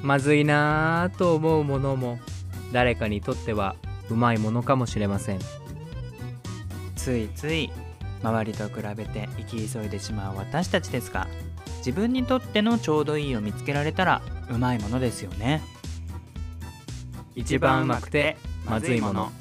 まずいなぁと思うものも誰かにとってはうまいものかもしれません。 ついつい周りと比べて生き急いでしまう私たちですが、自分にとってのちょうどいいを見つけられたらうまいものですよね。 一番うまくてまずいもの。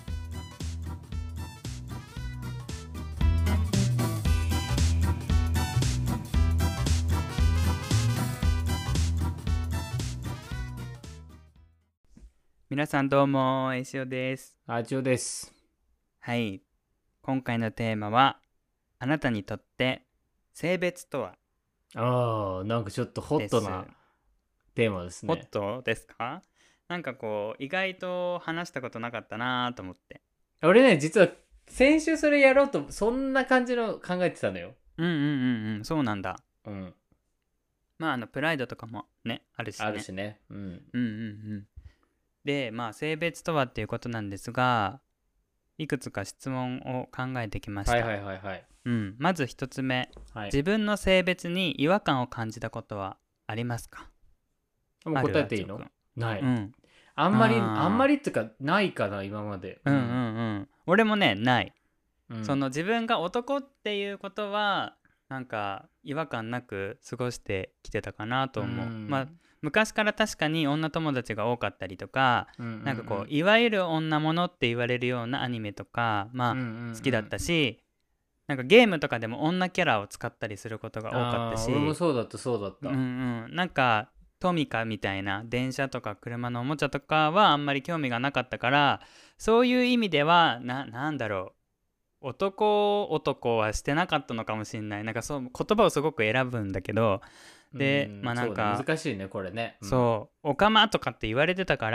皆さんどうも、えしおです。 あちおです。 はい、今回のテーマは、あなたにとって性別とはなんかちょっとホッです。 トなテーマですホッね。 トですか？なんかこう意外と話したことなかったなと思って。 俺ね、実は先週それやろうとそんな感じの考えてたのよ。 そうなんだ。 うん。 まあプライドとかもねあるしね。 あるしね。うん。 うんで、性別とはっていうことなんですが、いくつか質問を考えてきました。 はい。 まず一つ目、 はい。 自分の性別に違和感を感じたことはありますか？ もう答えていいの？ない。 うん。 あんまりっていうかないかな今まで。 俺もねない。 うん。 その自分が男っていうことはなんか違和感なく過ごしてきてたかなと思う。昔から確かに女友達が多かったりとか、なんかこういわゆる女物って言われるようなアニメとか好きだったし、なんかゲームとかでも女キャラを使ったりすることが多かったし、 俺もそうだった。 なんかトミカみたいな電車とか車のおもちゃとかはあんまり興味がなかったから、そういう意味ではなんだろう、男はしてなかったのかもしれない。なんかそう言葉をすごく選ぶんだけど、でなんか、 そうね、難しいねこれね。 そうおかまとかって言われてたから、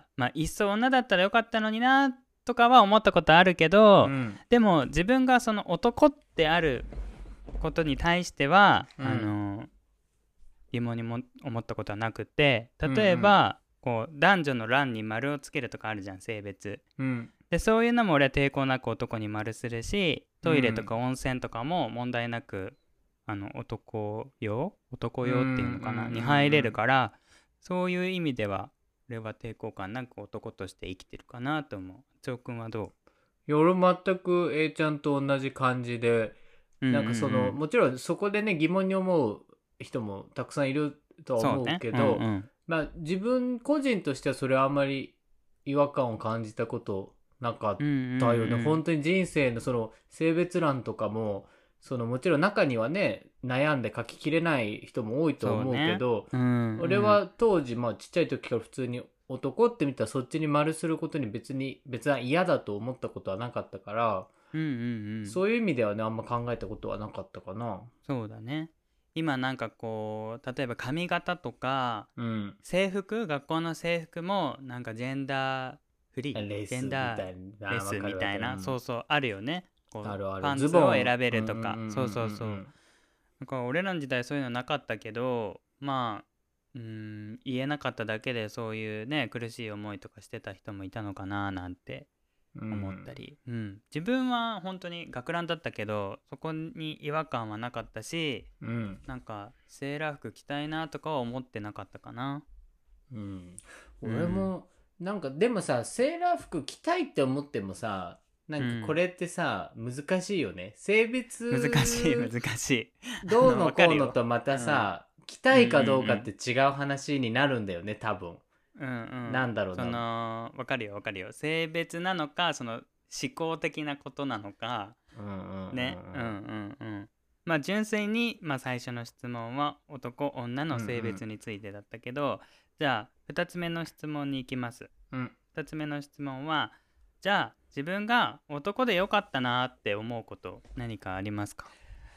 いっそ女だったらよかったのになとかは思ったことあるけど、でも自分がその男ってあることに対しては、疑問にも思ったことはなくて、例えば、こう男女の欄に丸をつけるとかあるじゃん、性別。でそういうのも俺は抵抗なく男に丸するし、トイレとか温泉とかも問題なく男用っていうのかな、に入れるから、そういう意味では俺は抵抗感なく男として生きてるかなと思う。長くんはどいや俺全く A ちゃんと同じ感じで、なんかそのもちろんそこでね疑問に思う人もたくさんいるとは思うけど、自分個人としてはそれはあんまり違和感を感じたことなかったよね。本当に人生のその性別欄とかも、そのもちろん中にはね悩んで書ききれない人も多いと思うけど、俺は当時ちっちゃい時から普通に男って見たらそっちに丸することに別に嫌だと思ったことはなかったから、そういう意味ではねあんま考えたことはなかったかな。 そうだね。今なんかこう例えば髪型とか、制服、学校の制服もなんかジェンダーフリー、ジェンダーレスみたいな、そうあるよね。こうパンツを選べるとか、そうなんか俺らの時代そういうのなかったけど、言えなかっただけでそういうね苦しい思いとかしてた人もいたのかななんて思ったり、自分は本当に学ランだったけどそこに違和感はなかったし、なんかセーラー服着たいなとかは思ってなかったかな。 俺もなんかでもさ、セーラー服着たいって思ってもさ、なんかこれってさ、難しいよね。性別難しいどうのこうのとまたさ、着たいかどうかって違う話になるんだよね多分。なんだろうな、 その分かるよ、性別なのかその思考的なことなのかね。純粋に、最初の質問は男女の性別についてだったけど、じゃあ2つ目の質問に行きます。2つ目の質問は、じゃあ自分が男でよかったなって思うこと何かありますか？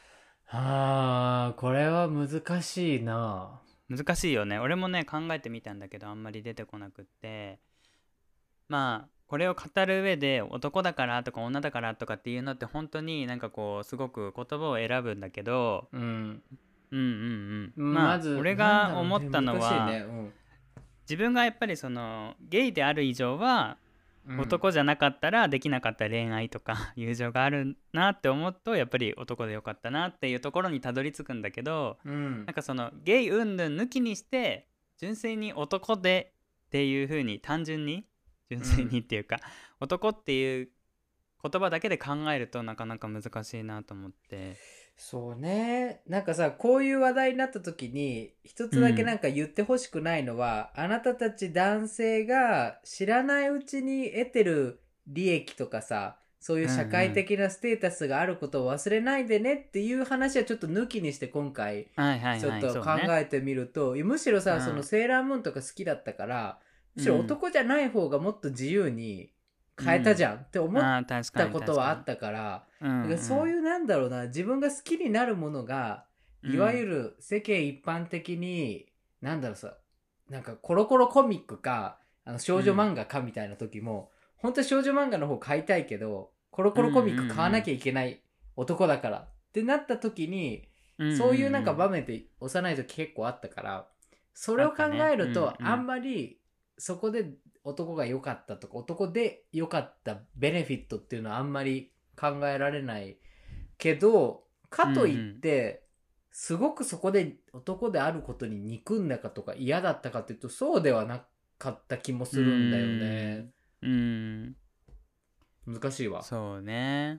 これは難しいな。 難しいよね。俺もね考えてみたんだけどあんまり出てこなくって、これを語る上で男だからとか女だからとかっていうのって本当になんかこうすごく言葉を選ぶんだけど、 まず俺が思ったのは、自分がやっぱりそのゲイである以上は、男じゃなかったらできなかった恋愛とか友情があるなって思うと、やっぱり男でよかったなっていうところにたどり着くんだけど、なんかそのゲイ云々抜きにして純粋に男でっていう風に単純に純粋にっていうか、男っていう言葉だけで考えるとなかなか難しいなと思って。 そうね。なんかさ、こういう話題になった時に、一つだけなんか言ってほしくないのは、あなたたち男性が知らないうちに得てる利益とかさ、そういう社会的なステータスがあることを忘れないでねっていう話はちょっと抜きにして今回、ちょっと考えてみると、むしろさ、そのセーラームーンとか好きだったから、むしろ男じゃない方がもっと自由に変えたじゃんって思ったことはあったから、そういうなんだろうな、自分が好きになるものが、いわゆる世間一般的に、なんだろうさ、なんかコロコロコミックか、少女漫画かみたいな時も、本当は少女漫画の方買いたいけど、コロコロコミック買わなきゃいけない男だからってなった時に、そういうなんか場面って幼い時結構あったから、それを考えると、あんまりそこで男が良かったとか、男で良かったベネフィットっていうのはあんまり考えられないけど、かといって、すごくそこで男であることに憎んだかとか嫌だったかっていうと、そうではなかった気もするんだよね。難しいわ。 そうね。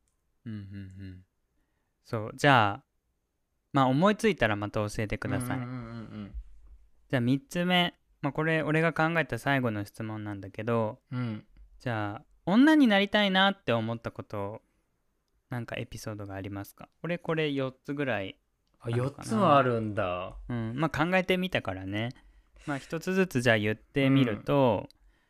そう、じゃあ、まあ思いついたらまた教えてください。じゃあ3つ目。これ俺が考えた最後の質問なんだけど、じゃあ女になりたいなって思ったことなんかエピソードがありますか？俺これ4つぐらいあるかな。4つもあるんだ。 考えてみたからね。1つずつじゃあ言ってみると、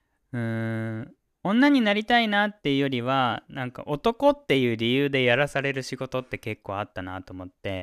女になりたいなっていうよりはなんか男っていう理由でやらされる仕事って結構あったなと思って。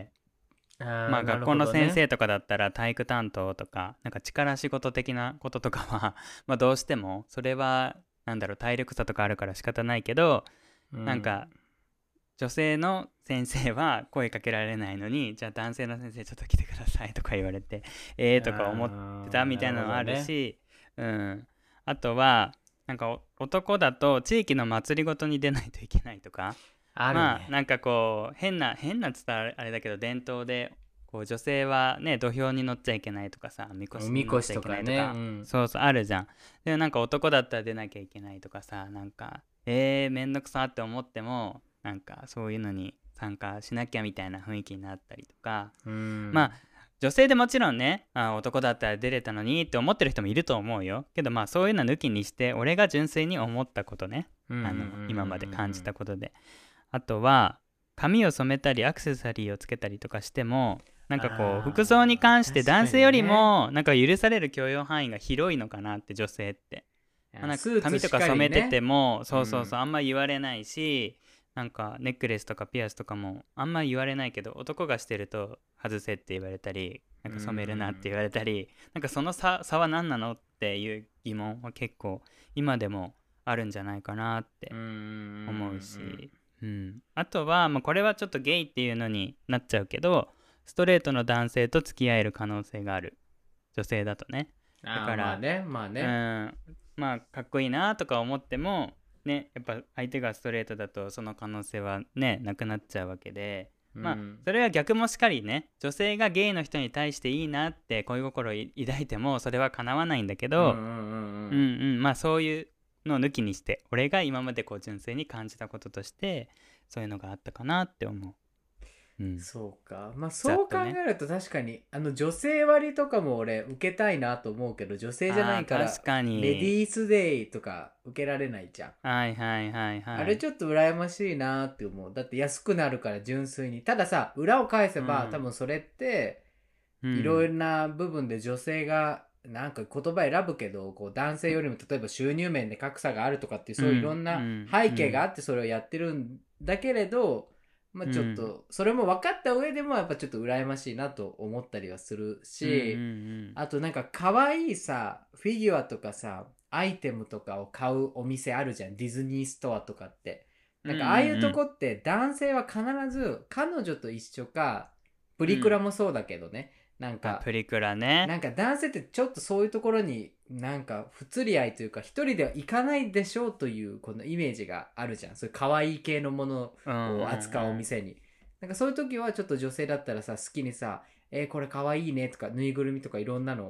学校の先生とかだったら体育担当とかなんか力仕事的なこととかはどうしてもそれはなんだろう体力差とかあるから仕方ないけど、なんか女性の先生は声かけられないのに、じゃあ男性の先生ちょっと来てくださいとか言われてとか思ってたみたいなのあるし、あとはなんか男だと地域の祭りごとに出ないといけないとか、なんかこう変なっつったらあれだけど伝統でこう女性はね土俵に乗っちゃいけないとかさ、みこしに乗っちゃいけないとか、そうそうあるじゃん。でなんか男だったら出なきゃいけないとかさ、なんかめんどくさって思ってもなんかそういうのに参加しなきゃみたいな雰囲気になったりとか、女性でもちろんね、男だったら出れたのにって思ってる人もいると思うよ。けどそういうの抜きにして俺が純粋に思ったことね、今まで感じたことで、あとは髪を染めたりアクセサリーをつけたりとかしてもなんかこう服装に関して男性よりもなんか許される許容範囲が広いのかなって、女性ってなんか髪とか染めててもそうあんま言われないし、なんかネックレスとかピアスとかもあんま言われないけど男がしてると外せって言われたりなんか染めるなって言われたり、なんかその差は何なのっていう疑問は結構今でもあるんじゃないかなって思うし、あとは、これはちょっとゲイっていうのになっちゃうけど、ストレートの男性と付き合える可能性がある女性だとね。だからかっこいいなとか思ってもね、やっぱ相手がストレートだとその可能性はねなくなっちゃうわけで、それは逆もしかりね、女性がゲイの人に対していいなって恋心を抱いてもそれは叶わないんだけど、そういうのを抜きにして俺が今までこう純粋に感じたこととしてそういうのがあったかなって思う。 そうか。そう考えると確かに女性割とかも俺受けたいなと思うけど、女性じゃないから確かにレディースデイとか受けられないじゃん。あれちょっと羨ましいなって思う。だって安くなるから純粋に。たださ裏を返せば、多分それっていろいろな部分で女性がなんか言葉選ぶけど、こう男性よりも例えば収入面で格差があるとかっていうそういういろんな背景があってそれをやってるんだけれど、ちょっとそれも分かった上でもやっぱちょっと羨ましいなと思ったりはするし、あとなんか可愛いさフィギュアとかさアイテムとかを買うお店あるじゃん、ディズニーストアとかって。なんかああいうとこって男性は必ず彼女と一緒か、プリクラもそうだけどね、なんかプリクラね、 なんか男性ってちょっとそういうところになんか不釣り合いというか一人では行かないでしょうというこのイメージがあるじゃん、そういう可愛い系のものを扱うお店に、なんかそういう時はちょっと女性だったらさ好きにさこれ可愛いねとかぬいぐるみとかいろんなの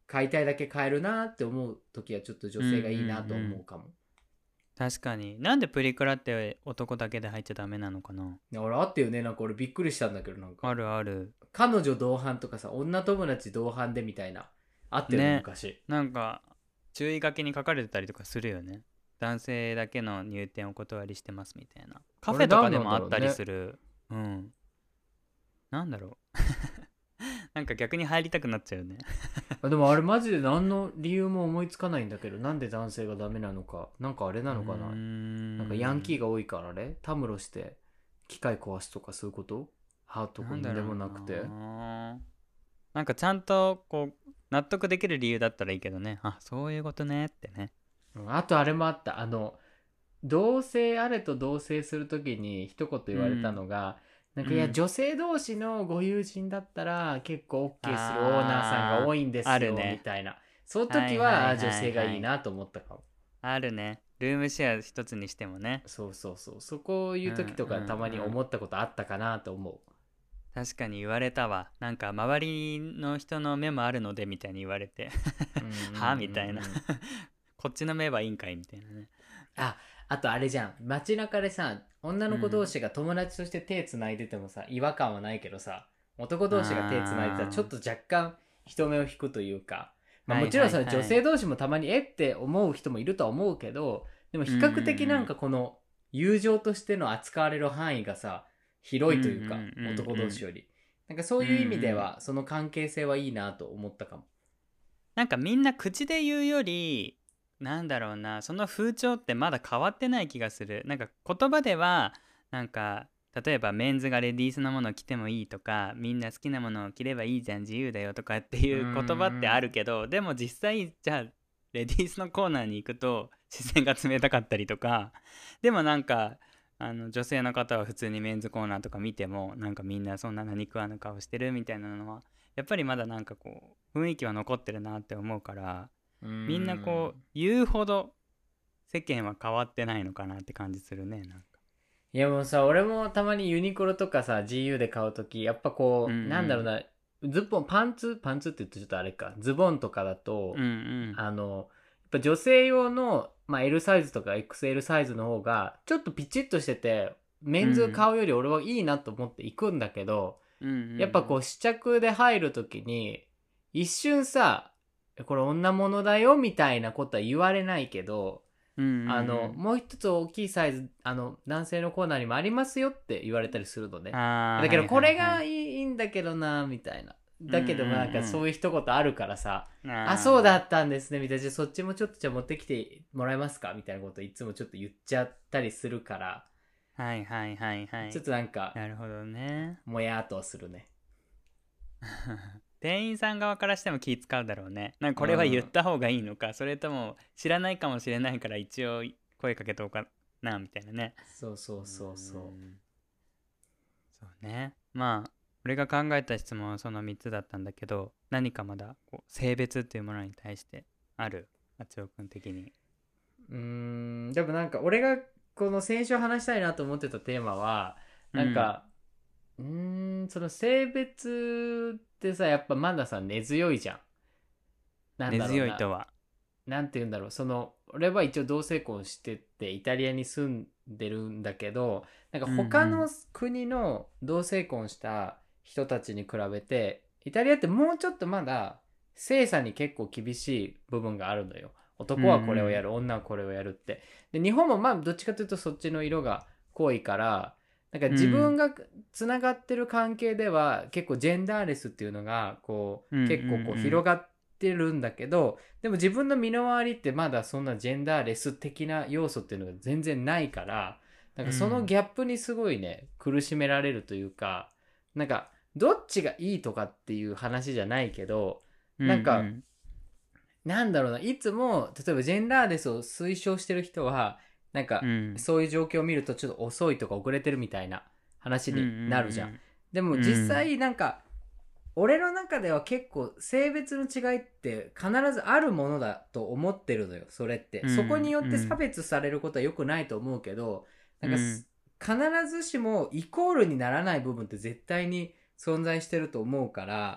買いたいだけ買えるなって思う時はちょっと女性がいいなと思うかも、 確かに。なんでプリクラって男だけで入っちゃダメなのかな。 いや俺あったよね、なんか俺びっくりしたんだけど、なんかあるある。 彼女同伴とかさ、女友達同伴でみたいなあったよね、昔。 なんか注意書きに書かれてたりとかするよね。男性だけの入店お断りしてますみたいな。カフェとかでもあったりする。なんだろうなんか逆に入りたくなっちゃうねでもあれマジで何の理由も思いつかないんだけど、なんで男性がダメなのか。なんかあれなのかな。なんかヤンキーが多いからね、たむろして機械壊すとかそういうこと、ハートコンでもなくて。 なんかちゃんとこう納得できる理由だったらいいけどね。あ、そういうことねってね。 あとあれもあった。同棲、あれと同棲するときに一言言われたのが、なんかいや女性同士のご友人だったら結構 OK するオーナーさんが多いんですよ、みたいな。その時は女性がいいなと思ったかも。 あるね。ルームシェア一つにしてもね。 そうそうそう。そこいう時とかたまに思ったことあったかなと思う。 確かに言われたわ。なんか周りの人の目もあるのでみたいに言われてはみたいなこっちの目はいいんかいみたいなね。 あとあれじゃん、街中でさ、女の子同士が友達として手つないでてもさ、違和感はないけどさ、男同士が手つないでたらちょっと若干人目を引くというか、まあ、もちろんその女性同士もたまにって思う人もいるとは思うけど、でも比較的なんかこの友情としての扱われる範囲がさ、広いというか、男同士より。なんかそういう意味では、その関係性はいいなと思ったかも。 なんかみんな口で言うより、なんだろうな、その風潮ってまだ変わってない気がする。なんか言葉ではなんか例えばメンズがレディースのものを着てもいいとか、みんな好きなものを着ればいいじゃん自由だよとかっていう言葉ってあるけど、でも実際じゃあレディースのコーナーに行くと視線が冷たかったりとか、でもなんか女性の方は普通にメンズコーナーとか見てもなんかみんなそんな何食わぬ顔してるみたいなのはやっぱりまだなんかこう雰囲気は残ってるなって思うから、みんなこう言うほど世間は変わってないのかなって感じするね。なんかいやもうさ、俺もたまにユニクロとかさ GU で買うときやっぱこう、なんだろうな、ズボンパンツって言うとちょっとあれか、ズボンとかだと、やっぱ女性用の、まあ、L サイズとか XL サイズの方がちょっとピチッとしててメンズ買うより俺はいいなと思って行くんだけど、やっぱこう試着で入るときに一瞬さ、これ女物だよみたいなことは言われないけど、もう一つ大きいサイズ男性のコーナーにもありますよって言われたりするのね。だけどこれがいいんだけどなみたいな。だけどなんかそういう一言あるからさ、あ、そうだったんですねみたいな、じゃあそっちもちょっとじゃあ持ってきてもらえますかみたいなこといつもちょっと言っちゃったりするから、ちょっとなんかなるほどね、 もやっとするね店員さん側からしても気使うだろうね。なんかこれは言った方がいいのか、それとも知らないかもしれないから一応声かけとうかなみたいなね。 そうね。まあ俺が考えた質問はその3つだったんだけど、何かまだこう性別っていうものに対してある？あつおくん的に。 でもなんか俺がこの先週話したいなと思ってたテーマはなんか、その性別ってさ、やっぱまださ根強いじゃん。 なんだろうな、根強いとはなんて言うんだろう、その俺は一応同性婚しててイタリアに住んでるんだけど、なんか他の国の同性婚した人たちに比べて、イタリアってもうちょっとまだ性差に結構厳しい部分があるのよ。男はこれをやる、女はこれをやるって。で日本もまあどっちかというとそっちの色が濃いから、なんか自分がつながってる関係では結構ジェンダーレスっていうのがこう結構こう広がってるんだけど、でも自分の身の回りってまだそんなジェンダーレス的な要素っていうのが全然ないから、なんかそのギャップにすごいね苦しめられるというか、なんかどっちがいいとかっていう話じゃないけど、なんかなんだろうな、いつも例えばジェンダーレスを推奨してる人はなんか、そういう状況を見るとちょっと遅いとか遅れてるみたいな話になるじゃん。でも実際なんか、俺の中では結構性別の違いって必ずあるものだと思ってるのよ、それって。そこによって差別されることは良くないと思うけど、なんか必ずしもイコールにならない部分って絶対に存在してると思うから、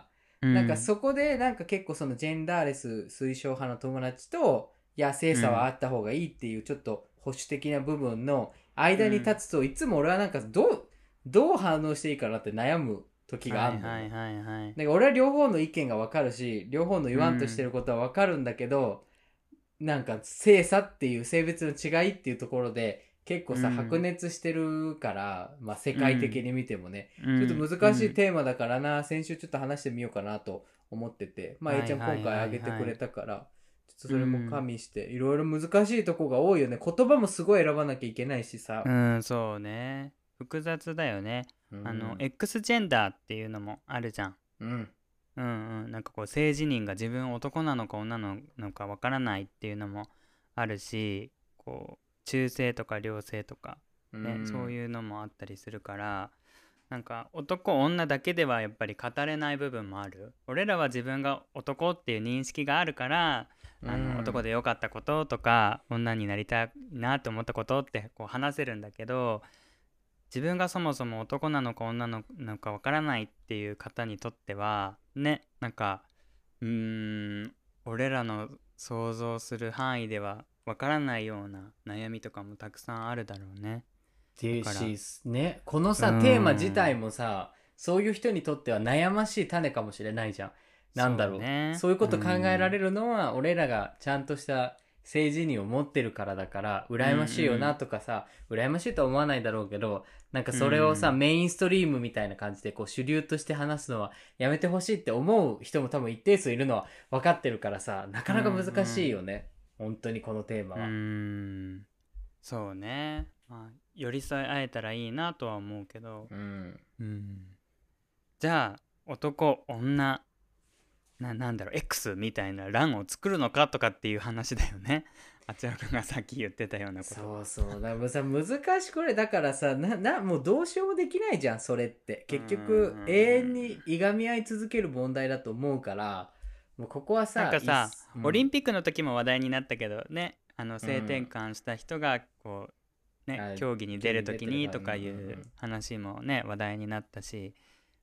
なんかそこでなんか結構そのジェンダーレス推奨派の友達と、いや性差はあった方がいいっていうちょっと保守的な部分の間に立つと、いつも俺はなんかどう反応していいかなって悩む時があるの。だから俺は両方の意見が分かるし、両方の言わんとしてることは分かるんだけど、なんか性差っていう性別の違いっていうところで結構さ、白熱してるから、まあ世界的に見てもね、ちょっと難しいテーマだからな、先週ちょっと話してみようかなと思ってて、まあ A ちゃん今回あげてくれたから、ちょっとそれも加味して、いろいろ難しいとこが多いよね。言葉もすごい選ばなきゃいけないしさ。 そうね。複雑だよね。X ジェンダーっていうのもあるじゃん。なんかこう性自認が自分男なのか女なのかわからないっていうのもあるし、こう中性とか良性とか、ね、そういうのもあったりするから、なんか男女だけではやっぱり語れない部分もある。俺らは自分が男っていう認識があるから、男でよかったこととか女になりたいなって思ったことってこう話せるんだけど、自分がそもそも男なのか女なのかわからないっていう方にとってはね、なんか俺らの想像する範囲ではわからないような悩みとかもたくさんあるだろうね。 ね、このさ、テーマ自体もさ、そういう人にとっては悩ましい種かもしれないじゃん。なんだろう、そういうこと考えられるのは、俺らがちゃんとした性自認を持ってるからだから、羨ましいよなとかさ、羨ましいとは思わないだろうけど、なんかそれをさ、メインストリームみたいな感じでこう主流として話すのはやめてほしいって思う人も多分一定数いるのは分かってるからさ、なかなか難しいよね。本当にこのテーマは。 そうね。まあ、寄り添い合えたらいいなとは思うけど、じゃあ男女なんだろう X みたいな欄を作るのかとかっていう話だよね。あちらくんがさっき言ってたようなこと。 そうだからさ、難しい。これだからさ、もうどうしようもできないじゃん、それって。結局永遠にいがみ合い続ける問題だと思うから、もうここはさ、 なんかさ、オリンピックの時も話題になったけどね、性転換した人がこうね、競技に出る時にとかいう話もね、話題になったし、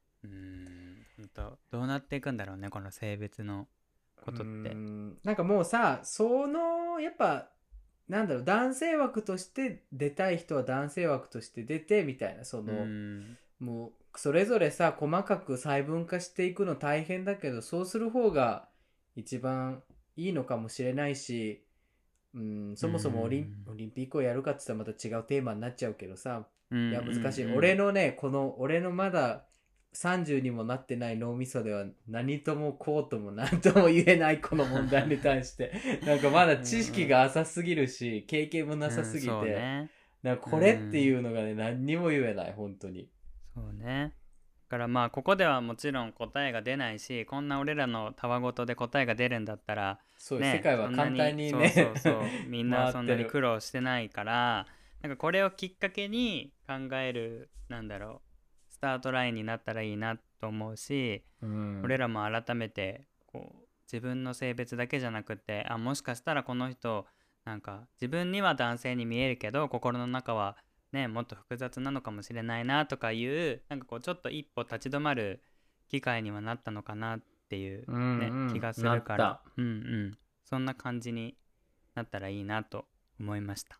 どうなっていくんだろうね、この性別のことって。 なんかもうさ、やっぱなんだろう、男性枠として出たい人は男性枠として出てみたいな、もうそれぞれさ、細かく細分化していくの大変だけど、そうする方が一番いいのかもしれないし、そもそもオリンピックをやるかって言ったらまた違うテーマになっちゃうけどさ、いや難しい。俺のまだ30にもなってない脳みそでは何ともこうとも何とも言えないこの問題に対してなんかまだ知識が浅すぎるし、経験もなさすぎて、なんかこれっていうのがね、何にも言えない本当に。 そうね。だからまあここではもちろん答えが出ないし、こんな俺らのたわごとで答えが出るんだったら、 そう世界は簡単にね、 みんなそんなに苦労してないから、なんかこれをきっかけに考える、なんだろう、スタートラインになったらいいなと思うし、俺らも改めてこう自分の性別だけじゃなくて、もしかしたらこの人なんか自分には男性に見えるけど心の中はねもっと複雑なのかもしれないなとかいう、なんかこうちょっと一歩立ち止まる機会にはなったのかなっていう、気がするから、そんな感じになったらいいなと思いました。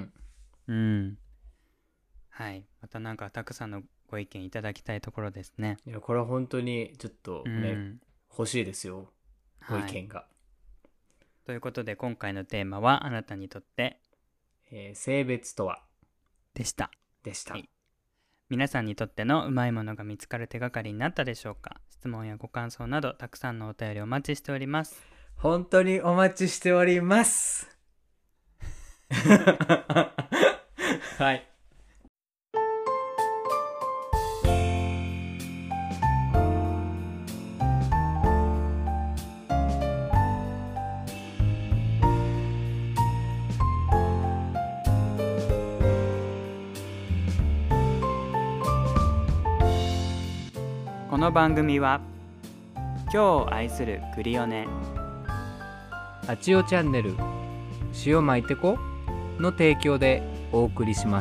はい、またなんかたくさんのご意見いただきたいところですね。 いやこれは本当にちょっとね、欲しいですよ、ご意見が。 ということで今回のテーマはあなたにとって、 性別とはでした。 はい、 皆さんにとってのうまいものが見つかる手がかりになったでしょうか。質問やご感想などたくさんのお便りお待ちしております。 本当にお待ちしておりますはい。 この番組は今日を愛するクリオネ、 あちおチャンネル塩まいてこの提供でお送りします。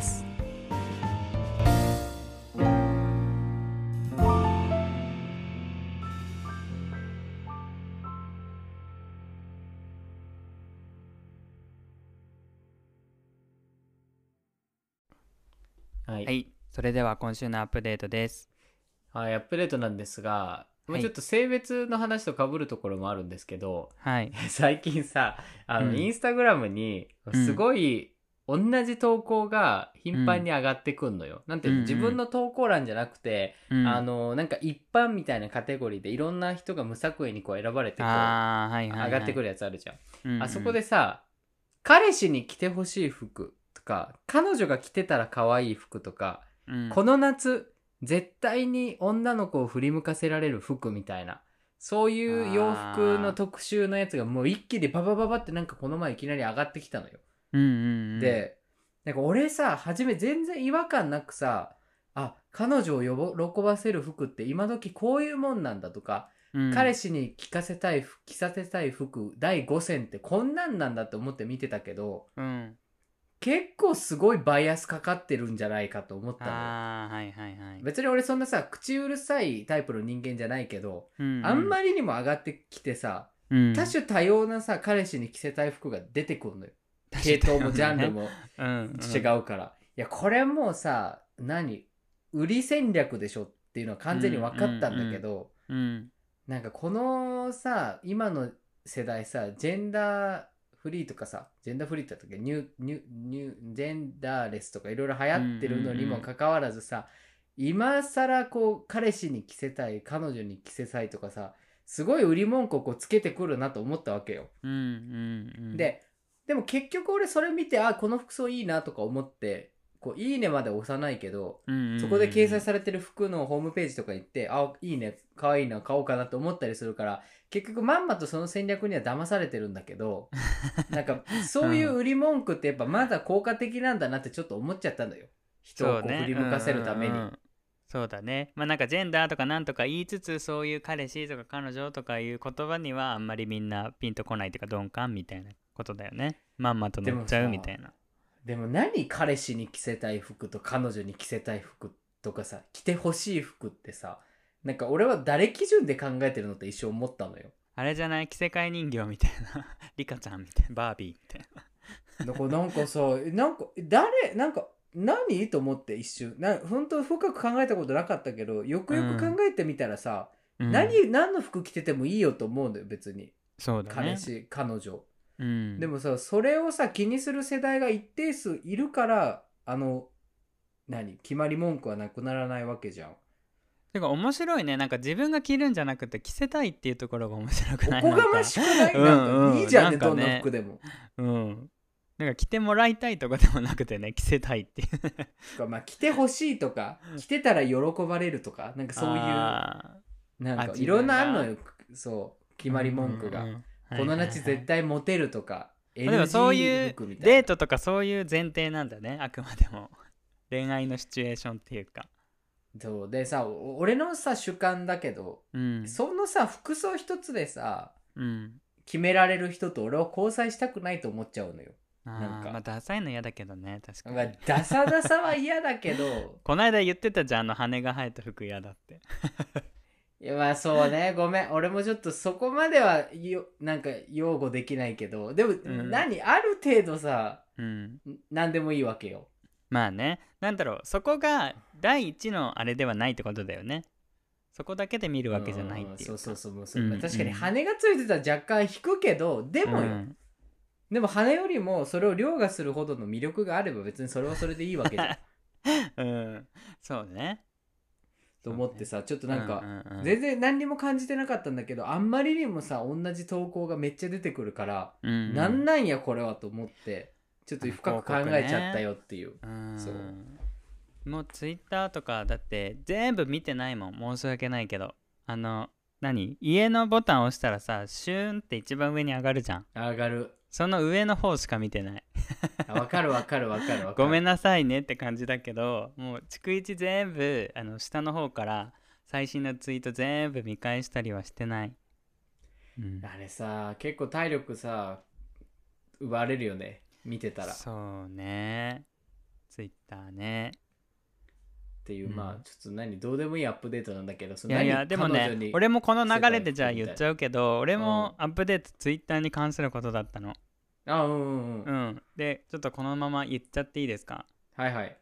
はい、 はい、それでは今週のアップデートです。 はい、アップデートなんですが、もうちょっと性別の話と被るところもあるんですけど、 はい、 最近さ、インスタグラムにすい、 ごい同じ投稿が頻繁うんに上がってくんのよ。なんてうんいうの、自分の投稿欄じゃなくて、 うん、 なんか一般みたいなカテゴリーでいろんな人が無作為にこう選ばれてこうああ、はいはいはい。 上がってくるやつあるじゃん。 うんあそこでさ、彼氏に着てほしい服とか、彼女が着てたら可愛い服とか、 うん、 この夏絶対に女の子を振り向かせられる服みたいな、そういう洋服のああ、 特集のやつがもう一気にババババってなんかこの前いきなり上がってきたのよ。 うんうんで、なんか俺さ、初め全然違和感なくさ、あ、彼女を喜ばせる服って今時こういうもんなんだとか、 うん、 彼氏に着させたい服第5選ってこんなんなんだって思って見てたけど、 うん、 結構すごいバイアスかかってるんじゃないかと思ったのよ。 ああ、はいはいはい。 別に俺そんなさ、口うるさいタイプの人間じゃないけど、 うんうん、 あんまりにも上がってきてさ、 うん、 多種多様なさ、彼氏に着せたい服が出てくるのよ。系確かに統もジャンルもうん違うから。いや、これもうさ、売り戦略でしょっていうのは完全に分かったんだけど、 うん、 なんかこのさ、今の世代さ、ジェンダーフリーとかさ、ジェンダーフリーって言ったっけ、ジェンダーレスとかいろいろ流行ってるのにもかかわらずさ、今更こう、彼氏に着せたい、彼女に着せたいとかさ、すごい売り文句をこうつけてくるなと思ったわけよ。 うんうんうん、 でも結局俺それ見て、あ、この服装いいなとか思って、こう、いいねまで押さないけど、 うんうんうん、 そこで掲載されてる服のホームページとか行って、あ、いいね、可愛いな、買おうかなと思ったりするから、結局まんまとその戦略には騙されてるんだけど、なんか、そういう売り文句ってやっぱまだ効果的なんだなってちょっと思っちゃったんだよ。人をこう振り向かせるために。 うんうんうん、そうだね。まあなんかジェンダーとかなんとか言いつつ、そういう彼氏とか彼女とかいう言葉にはあんまりみんなピンとこないっていうか鈍感みたいなことだよね。まんまと乗っちゃうみたいな。 でも何、彼氏に着せたい服と彼女に着せたい服とかさ、着てほしい服ってさ、なんか俺は誰基準で考えてるのって一生思ったのよ。 あれじゃない、着せ替え人形みたいな。リカちゃんみたいな。バービーみたいなんかさ、なんか何と思って一瞬。本当深く考えたことなかったけど、よくよく考えてみたらさ、 うん、 何の服着ててもいいよと思うんだよ、別に。 そうだね。 彼氏、彼女。 うん、 でもさ、それをさ、気にする世代が一定数いるから、決まり文句はなくならないわけじゃん。 てか面白いね。なんか自分が着るんじゃなくて着せたいっていうところが面白くない？ おこがましくない？なんかいいじゃんね、どんな服でも。 うん。なんか着てもらいたいとかでもなくてね、着せたいっていうまあ着てほしいとか、着てたら喜ばれるとか、なんかそういう、なんかいろんなあんのよ。そう、決まり文句が。この夏絶対モテるとか、 でもそういう NG 服みたいな。 デートとかそういう前提なんだね、あくまでも。恋愛のシチュエーションっていうか。 そうでさ、俺のさ主観だけど、 うん、 そのさ服装一つでさ、 うん、 決められる人と俺は交際したくないと思っちゃうのよ。 なんかまあダサいの嫌だけどね、確かに。 まあ、ダサダサは嫌だけどこないだ言ってたじゃん、羽が生えた服嫌だっていやまあそうね、ごめん、俺もちょっとそこまではなんか擁護できないけど、でも、ある程度さ、何でもいいわけよ。 まあね、なんだろう、そこが第一のあれではないってことだよね。そこだけで見るわけじゃないっていうか。 そう、確かに羽がついてたら若干引くけど、でもよ、でも羽よりもそれを凌駕するほどの魅力があれば別にそれはそれでいいわけじゃんそうねと思ってさ、ちょっとなんか、全然何にも感じてなかったんだけど、あんまりにもさ同じ投稿がめっちゃ出てくるから、なんなんやこれはと思って、ちょっと深く考えちゃったよっていう。 そうもうツイッターとかだって全部見てないもん、申し訳ないけど。家のボタン押したらさ、シューンって一番上に上がるじゃん。 上がる。 その上の方しか見てないわかるごめんなさいねって感じだけど、もう逐一全部下の方から最新のツイート全部見返したりはしてない、 あれさ結構体力さ奪われるよね、見てたら。 そうね、ツイッターねっていう、まあちょっとどうでもいいアップデートなんだけど、 いやでもね、俺もこの流れでじゃあ言っちゃうけど、俺もアップデートツイッターに関することだったの。でちょっとこのまま言っちゃっていいですか？ はいはい。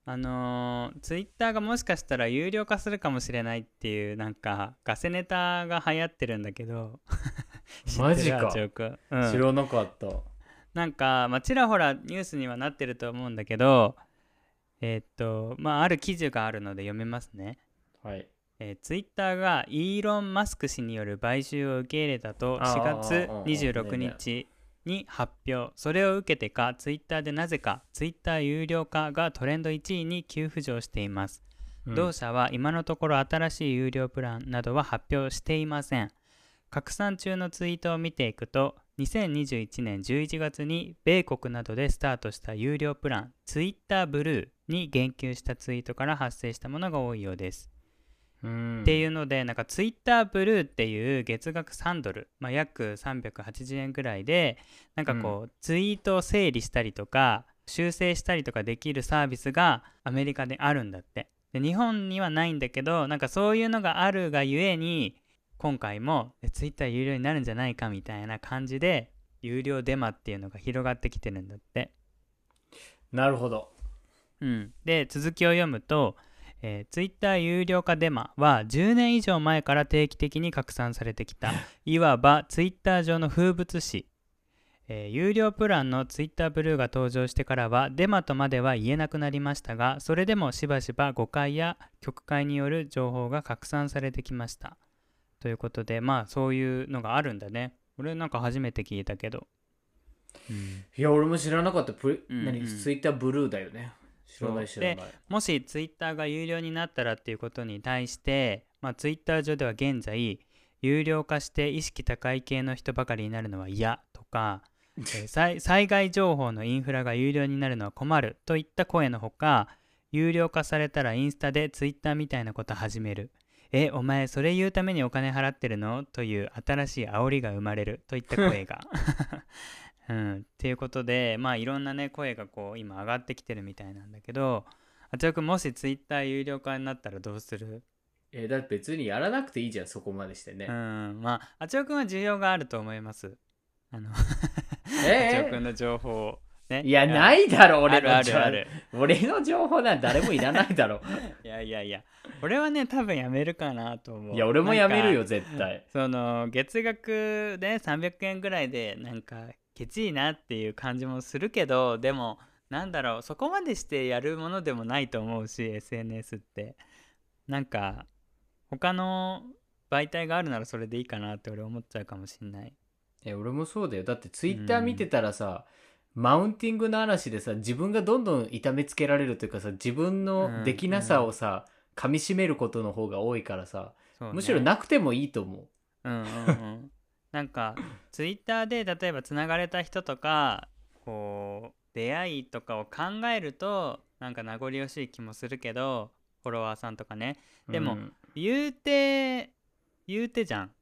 ツイッターがもしかしたら有料化するかもしれないっていうなんかガセネタが流行ってるんだけどマジか、知らなかった。 なんか、ちらほらニュースにはなってると思うんだけど、ある記事があるので読めますね。 はい。 ツイッターがイーロン・マスク氏による買収を受け入れたと4月26日に発表。それを受けてか、ツイッターでなぜかツイッター有料化がトレンド1位に急浮上しています。同社は今のところ新しい有料プランなどは発表していません。拡散中のツイートを見ていくと、2021年11月に米国などでスタートした有料プランツイッターブルーに言及したツイートから発生したものが多いようです。っていうので、なんかツイッターブルーっていう月額3ドル、約380円ぐらいで、なんかこう、ツイートを整理したりとか修正したりとかできるサービスがアメリカであるんだって。で、日本にはないんだけど、なんかそういうのがあるがゆえに今回もツイッター有料になるんじゃないかみたいな感じで有料デマっていうのが広がってきてるんだって。 なるほど。 で、続きを読むと、ツイッター有料化デマは10年以上前から定期的に拡散されてきたいわばツイッター上の風物詩。有料プランのツイッターブルーが登場してからはデマとまでは言えなくなりましたが、それでもしばしば誤解や曲解による情報が拡散されてきましたということで、そういうのがあるんだね。俺なんか初めて聞いたけど、 いや俺も知らなかった。何ツイッターブルーだよね。知らない。 でもしツイッターが有料になったらっていうことに対して、ツイッター上では現在有料化して意識高い系の人ばかりになるのは嫌とか災害情報のインフラが有料になるのは困るといった声のほか、有料化されたらインスタでツイッターみたいなこと始める、お前それ言うためにお金払ってるのという新しい煽りが生まれるといった声がっていうことで、いろんなね声がこう今上がってきてるみたいなんだけど、あちおくんもしツイッター有料化になったらどうする？ だって別にやらなくていいじゃん、そこまでしてね。 あちおくんは需要があると思います。あちおくんの情報ね。 いやないだろ、俺のある俺の情報なんて誰もいらないだろいや俺はね多分やめるかなと思う。 いや俺もやめるよ絶対。 その月額で300円ぐらいでなんかケチいなっていう感じもするけど、でもなんだろう、そこまでしてやるものでもないと思うし、 SNS ってなんか他の媒体があるならそれでいいかなって俺思っちゃうかもしんない。 俺もそうだよ。だってツイッター見てたらさ、マウンティングの嵐でさ、自分がどんどん痛めつけられるというかさ、自分のできなさをさ、噛み締めることの方が多いからさ、むしろなくてもいいと思う。 なんかツイッターで例えばつながれた人とかこう出会いとかを考えるとなんか名残惜しい気もするけど、フォロワーさんとかね。でも、言うてじゃん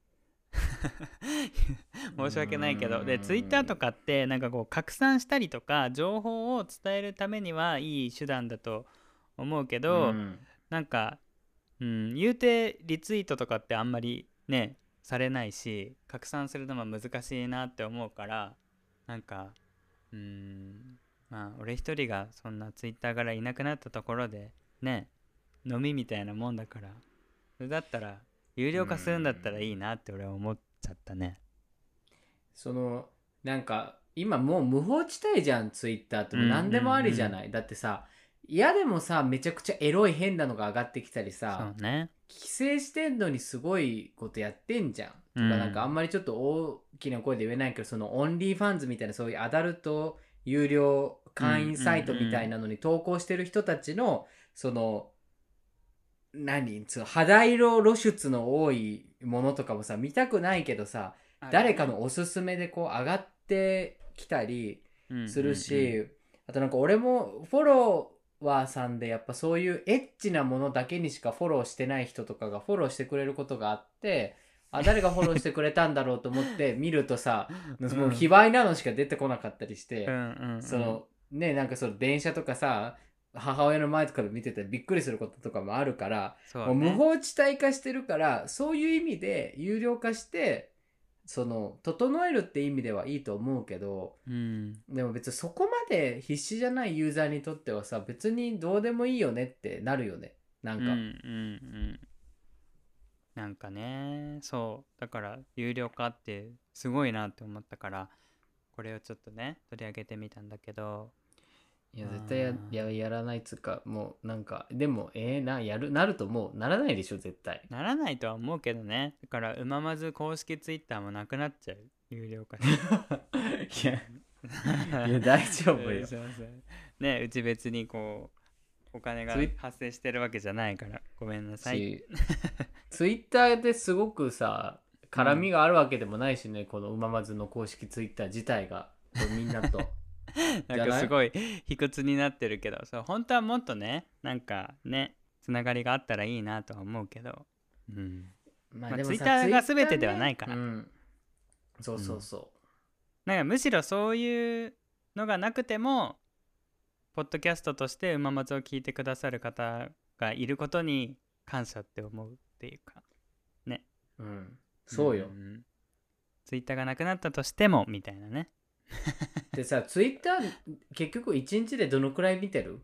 申し訳ないけど。でツイッターとかってなんかこう拡散したりとか情報を伝えるためにはいい手段だと思うけど、なんか、言うてリツイートとかってあんまりねされないし拡散するのも難しいなって思うから、なんか俺一人がそんなツイッターからいなくなったところでね飲みみたいなもんだから、それだったら有料化するんだったらいいなって俺は思っちゃったね。 なんか今もう無法地帯じゃんツイッターって。もう何でもありじゃない、だってさ、嫌でもさめちゃくちゃエロい変なのが上がってきたりさ、 そうね、 規制してんのにすごいことやってんじゃん、とかなんかあんまりちょっと大きな声で言えないけど、そのオンリーファンズみたいなそういうアダルト有料会員サイトみたいなのに投稿してる人たちのその肌色露出の多いものとかもさ見たくないけどさ、誰かのおすすめでこう上がってきたりするし、あとなんか俺もフォロワーさんでやっぱそういうエッチなものだけにしかフォローしてない人とかがフォローしてくれることがあって、誰がフォローしてくれたんだろうと思って見るとさ、もう卑猥なのしか出てこなかったりして、そのね、なんかその電車とかさ母親の前とかで見ててびっくりすることとかもあるから、もう無法地帯化してるから、そういう意味で有料化してその整えるって意味ではいいと思うけど、でも別にそこまで必死じゃないユーザーにとってはさ、別にどうでもいいよねってなるよね。なんか、 なんかね、そうだから有料化ってすごいなって思ったから、これをちょっとね取り上げてみたんだけど、 いや絶対やらないっつうか、もうなんかでもなるともうならないでしょ絶対。 ならないとは思うけどね。だからうままず公式ツイッターもなくなっちゃう、有料化しいや大丈夫よ。 ね、うち別にこうお金が発生してるわけじゃないからごめんなさい。 ツイッターですごくさ絡みがあるわけでもないしね、このうままずの公式ツイッター自体がみんなとなんかすごい卑屈になってるけど、そう本当はもっとね、なんかねつながりがあったらいいなとは思うけど、まあツイッターが全てではないから、 そうそうそう、 なんかむしろそういうのがなくてもポッドキャストとしてうままずを聞いてくださる方がいることに感謝って思うっていうかね。 そうよ、 ツイッターがなくなったとしてもみたいなね。 でさ、ツイッター結局1日でどのくらい見てる？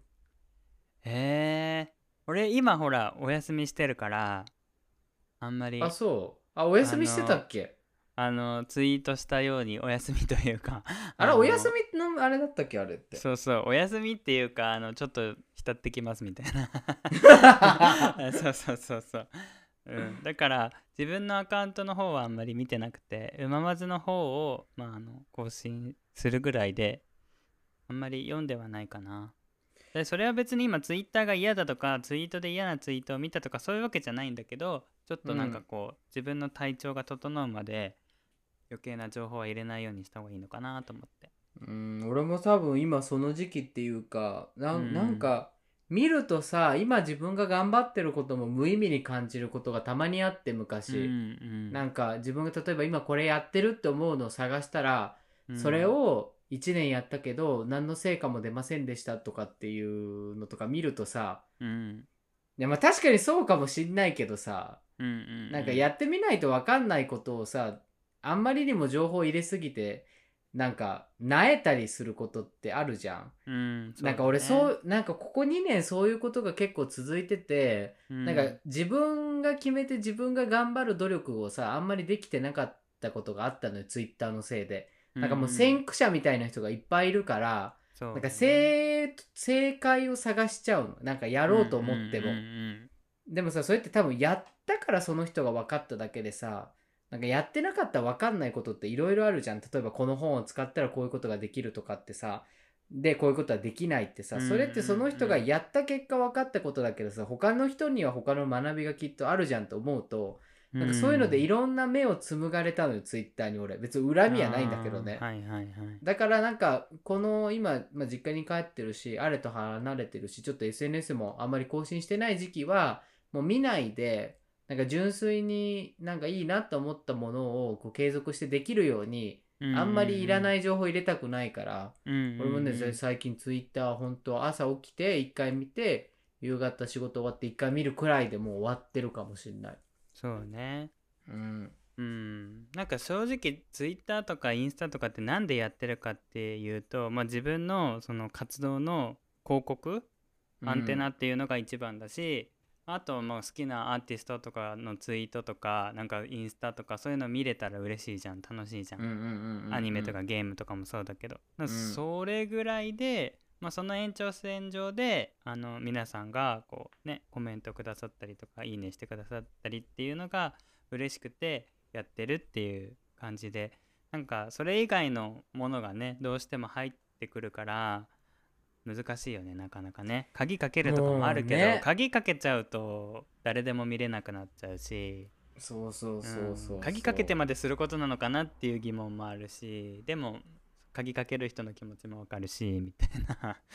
俺今ほらお休みしてるからあんまり。 あ、そう。あ、お休みしてたっけ？ ツイートしたようにお休みというかあれお休みのあれだったっけあれって。 そうそう、お休みっていうかちょっと浸ってきますみたいなそう、だから自分のアカウントの方はあんまり見てなくて、うままずの方を、更新するぐらいであんまり読んではないかな。でそれは別に今ツイッターが嫌だとかツイートで嫌なツイートを見たとかそういうわけじゃないんだけど、ちょっとなんかこう、自分の体調が整うまで余計な情報は入れないようにした方がいいのかなと思って。 俺も多分今その時期っていうかなんか見るとさ、今自分が頑張ってることも無意味に感じることがたまにあって、昔、なんか自分が例えば今これやってるって思うのを探したら、それを1年やったけど何の成果も出ませんでしたとかっていうのとか見るとさ、いやまあ確かにそうかもしんないけどさ、なんかやってみないと分かんないことをさ、あんまりにも情報入れすぎてなんか萎えたりすることってあるじゃん。なんか俺なんかここ2年そういうことが結構続いてて、なんか自分が決めて自分が頑張る努力をさあんまりできてなかったことがあったのよ、ツイッターのせいで。なんかもう先駆者みたいな人がいっぱいいるから、なんか正解を探しちゃうの、なんかやろうと思っても。でもさ、それって多分やったからその人が分かっただけでさ、なんかやってなかったら分かんないことっていろいろあるじゃん。例えばこの本を使ったらこういうことができるとかってさ、でこういうことはできないってさ、それってその人がやった結果分かったことだけどさ、他の人には他の学びがきっとあるじゃんと思うと、なんかそういうのでいろんな目を紡がれたのよ、ツイッターに。俺別に恨みはないんだけどね。だからなんかこの今、実家に帰ってるし、あれと離れてるし、ちょっと SNS もあんまり更新してない時期はもう見ないで、なんか純粋になんかいいなと思ったものをこう継続してできるように、あんまりいらない情報入れたくないから、俺もね最近ツイッター本当は朝起きて1回見て、夕方仕事終わって1回見るくらいでもう終わってるかもしれない。 そうね。なんか正直ツイッターとかインスタとかってなんでやってるかっていうと、自分のその活動の広告、アンテナっていうのが一番だし、あと好きなアーティストとかのツイートとかなんかインスタとかそういうの見れたら嬉しいじゃん、楽しいじゃん。アニメとかゲームとかもそうだけど、それぐらいで、その延長線上で皆さんがこうねコメントくださったりとかいいねしてくださったりっていうのが嬉しくてやってるっていう感じで、なんかそれ以外のものがねどうしても入ってくるから難しいよね、なかなかね。鍵かけるとかもあるけど、鍵かけちゃうと誰でも見れなくなっちゃうし、 そう鍵かけてまですることなのかなっていう疑問もあるし、でも鍵かける人の気持ちもわかるしみたいななんか、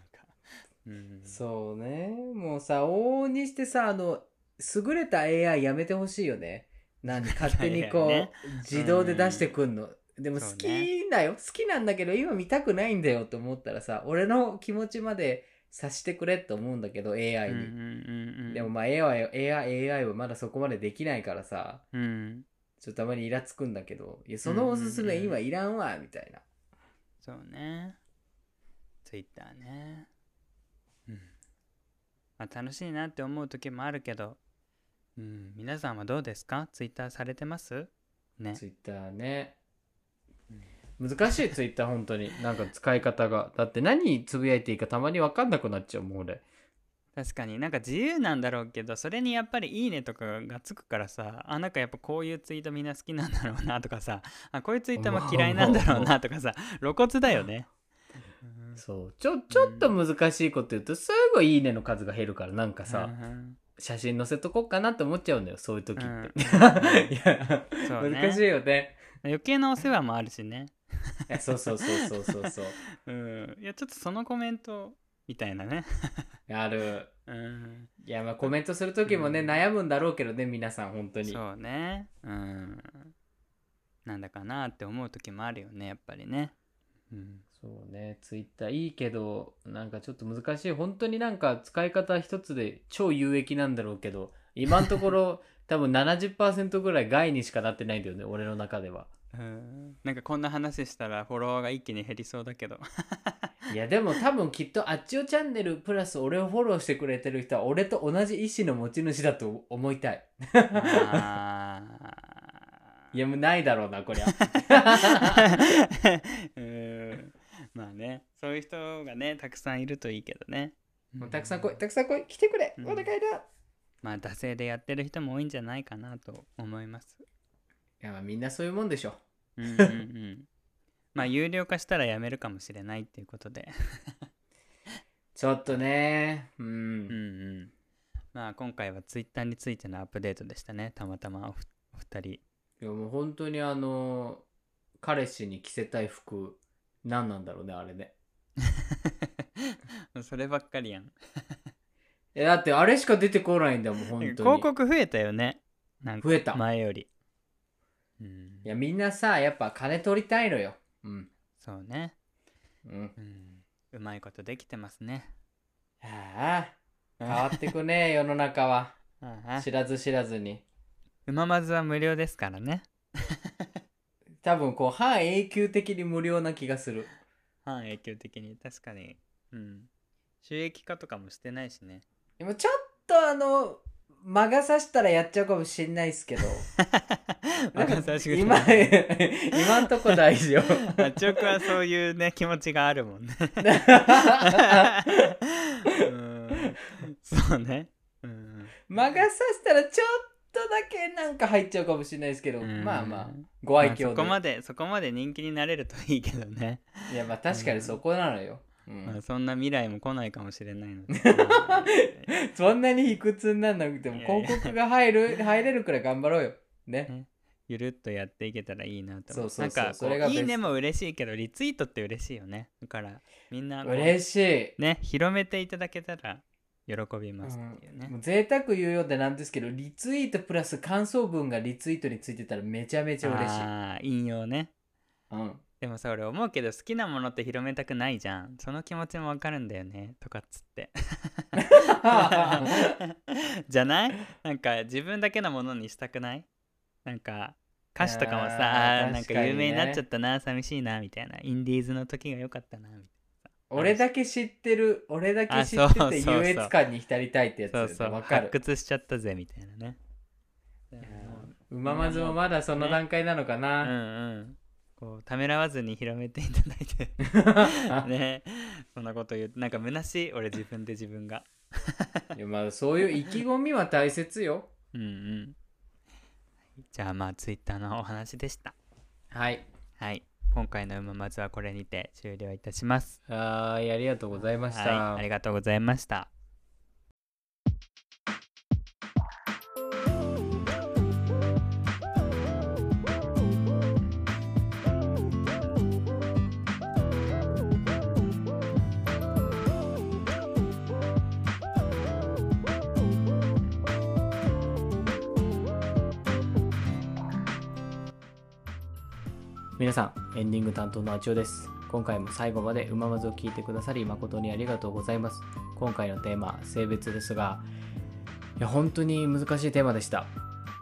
そうね。もうさ往々にしてさ、優れた AI やめてほしいよね。勝手にこう自動で出してくんの。でも好きだよ、好きなんだけど今見たくないんだよと思ったらさ、俺の気持ちまで察してくれって思うんだけど AI に。でもAI はまだそこまでできないからさ、 ちょっとたまにイラつくんだけど、いやそのおすすめ今いらんわみたいな。 そうね。ツイッターね。まあ、楽しいなって思う時もあるけど、皆さんはどうですか？ツイッターされてますね。 ツイッターね。難しいツイッター本当に。なんか使い方が。だって何つぶやいていいかたまに分かんなくなっちゃうもん俺。 確かになんか自由なんだろうけど、それにやっぱりいいねとかがつくからさ、なんかやっぱこういうツイートみんな好きなんだろうなとかさ、こういうツイートも嫌いなんだろうなとかさ、露骨だよね。 そうちょっと難しいこと言うとすぐいいねの数が減るから、なんかさ、写真載せとこうかなって思っちゃうんだよそういう時って、いやそう、ね、難しいよね。 余計なお世話もあるしね。 いやそういやちょっとそのコメントみたいなねある。いやまあコメントする時もね、悩むんだろうけどね皆さん本当に。 そうね。なんだかなって思う時もあるよねやっぱりね。 そうね、ツイッターいいけどなんかちょっと難しい。本当になんか使い方一つで超有益なんだろうけど、今のところ多分 70% ぐらい害にしかなってないんだよね俺の中では。 なんかこんな話したらフォロワーが一気に減りそうだけどいやでも多分きっとあっちおチャンネルプラス俺をフォローしてくれてる人は俺と同じ意思の持ち主だと思いたい。いやもうないだろうなこりゃまあね、そういう人がねたくさんいるといいけどね。 もうたくさん来い来てくれ、お願いだ。 まあ惰性でやってる人も多いんじゃないかなと思います。 いやまあみんなそういうもんでしょ。 まあ有料化したらやめるかもしれないっていうことでちょっとね。 まあ今回はツイッターについてのアップデートでしたね。たまたまお二人。 いやもう本当に彼氏に着せたい服何なんだろうねあれねそればっかりやんだってあれしか出てこないんだもん本当に。 広告増えたよね。なんか増えた前より。 いやみんなさやっぱ金取りたいのよ。 そうね。うまいことできてますね。 変わってくね世の中は。知らず知らずに。 うままずは無料ですからね多分こう半永久的に無料な気がする。 半永久的に確かに。収益化とかもしてないしね。 でもちょっと魔が差したらやっちゃうかもしんないですけど今んとこ大事よあちおくはそういうね気持ちがあるもんねそうね。 魔が差したらちょっとだけなんか入っちゃうかもしれないですけど、まあまあご愛嬌で、そこまで人気になれるといいけどね。 いやまあ確かにそこなのよ。 そんな未来も来ないかもしれないのでそんなに卑屈になんなくても広告が入れるくらい頑張ろうよね。 ゆるっとやっていけたらいいなと思う。 なんかそれがいいねも嬉しいけどリツイートって嬉しいよね。だからみんな嬉しいね、広めていただけたら喜びますっていうね。 もう贅沢言うようでなんですけど、リツイートプラス感想文がリツイートについてたらめちゃめちゃ嬉しい。 引用ね。でもさ俺思うけど好きなものって広めたくないじゃん。その気持ちもわかるんだよねとかっつってじゃない？なんか自分だけのものにしたくない？なんか歌詞とかもさ、なんか有名になっちゃったな、寂しいなみたいな。インディーズの時が良かったなみたいな。 俺だけ知ってて優越感に浸りたいってやつ。 そうわかる。 発掘しちゃったぜみたいなね。 うままずもまだその段階なのかな。 こうためらわずに広めていただいてね、そんなこと言うなんか虚しい俺自分で自分がいやまあそういう意気込みは大切よ。 じゃあまあツイッターのお話でした。はい今回のうままずはこれにて終了いたします。 ありがとうございました。 ありがとうございました。 皆さんエンディング担当のあちおです。今回も最後までうままずを聞いてくださり誠にありがとうございます。今回のテーマ性別ですが、いや本当に難しいテーマでした。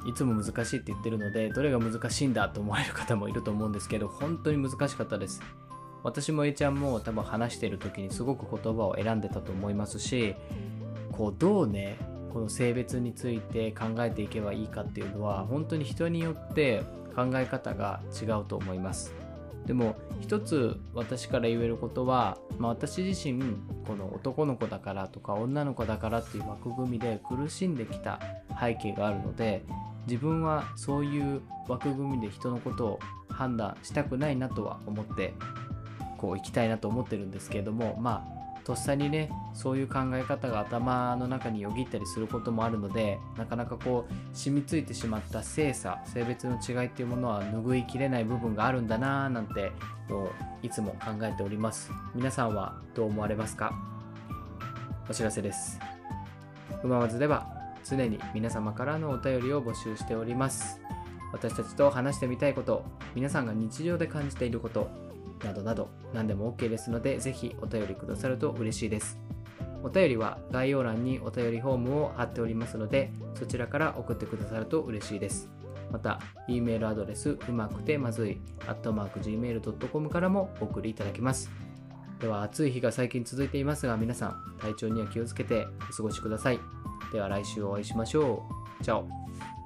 いつも難しいって言ってるので、どれが難しいんだと思われる方もいると思うんですけど、本当に難しかったです。私も A ちゃんも多分話している時にすごく言葉を選んでたと思いますし、こうどうねこの性別について考えていけばいいかっていうのは本当に人によって考え方が違うと思います。でも一つ私から言えることは、私自身この男の子だからとか女の子だからっていう枠組みで苦しんできた背景があるので、自分はそういう枠組みで人のことを判断したくないなとは思ってこう生きたいなと思ってるんですけれども、とっさにねそういう考え方が頭の中によぎったりすることもあるので、なかなかこう染みついてしまった性別の違いっていうものは拭いきれない部分があるんだなぁなんていつも考えております。皆さんはどう思われますか？お知らせです。うまわずでは常に皆様からのお便りを募集しております。私たちと話してみたいこと、皆さんが日常で感じていることなどなど何でも OK ですので、ぜひお便りくださると嬉しいです。お便りは概要欄にお便りフォームを貼っておりますので、そちらから送ってくださると嬉しいです。また E メールアドレスうまくてまずい @gmail.com からもお送りいただけます。では暑い日が最近続いていますが、皆さん体調には気をつけてお過ごしください。では来週お会いしましょう。チャオ。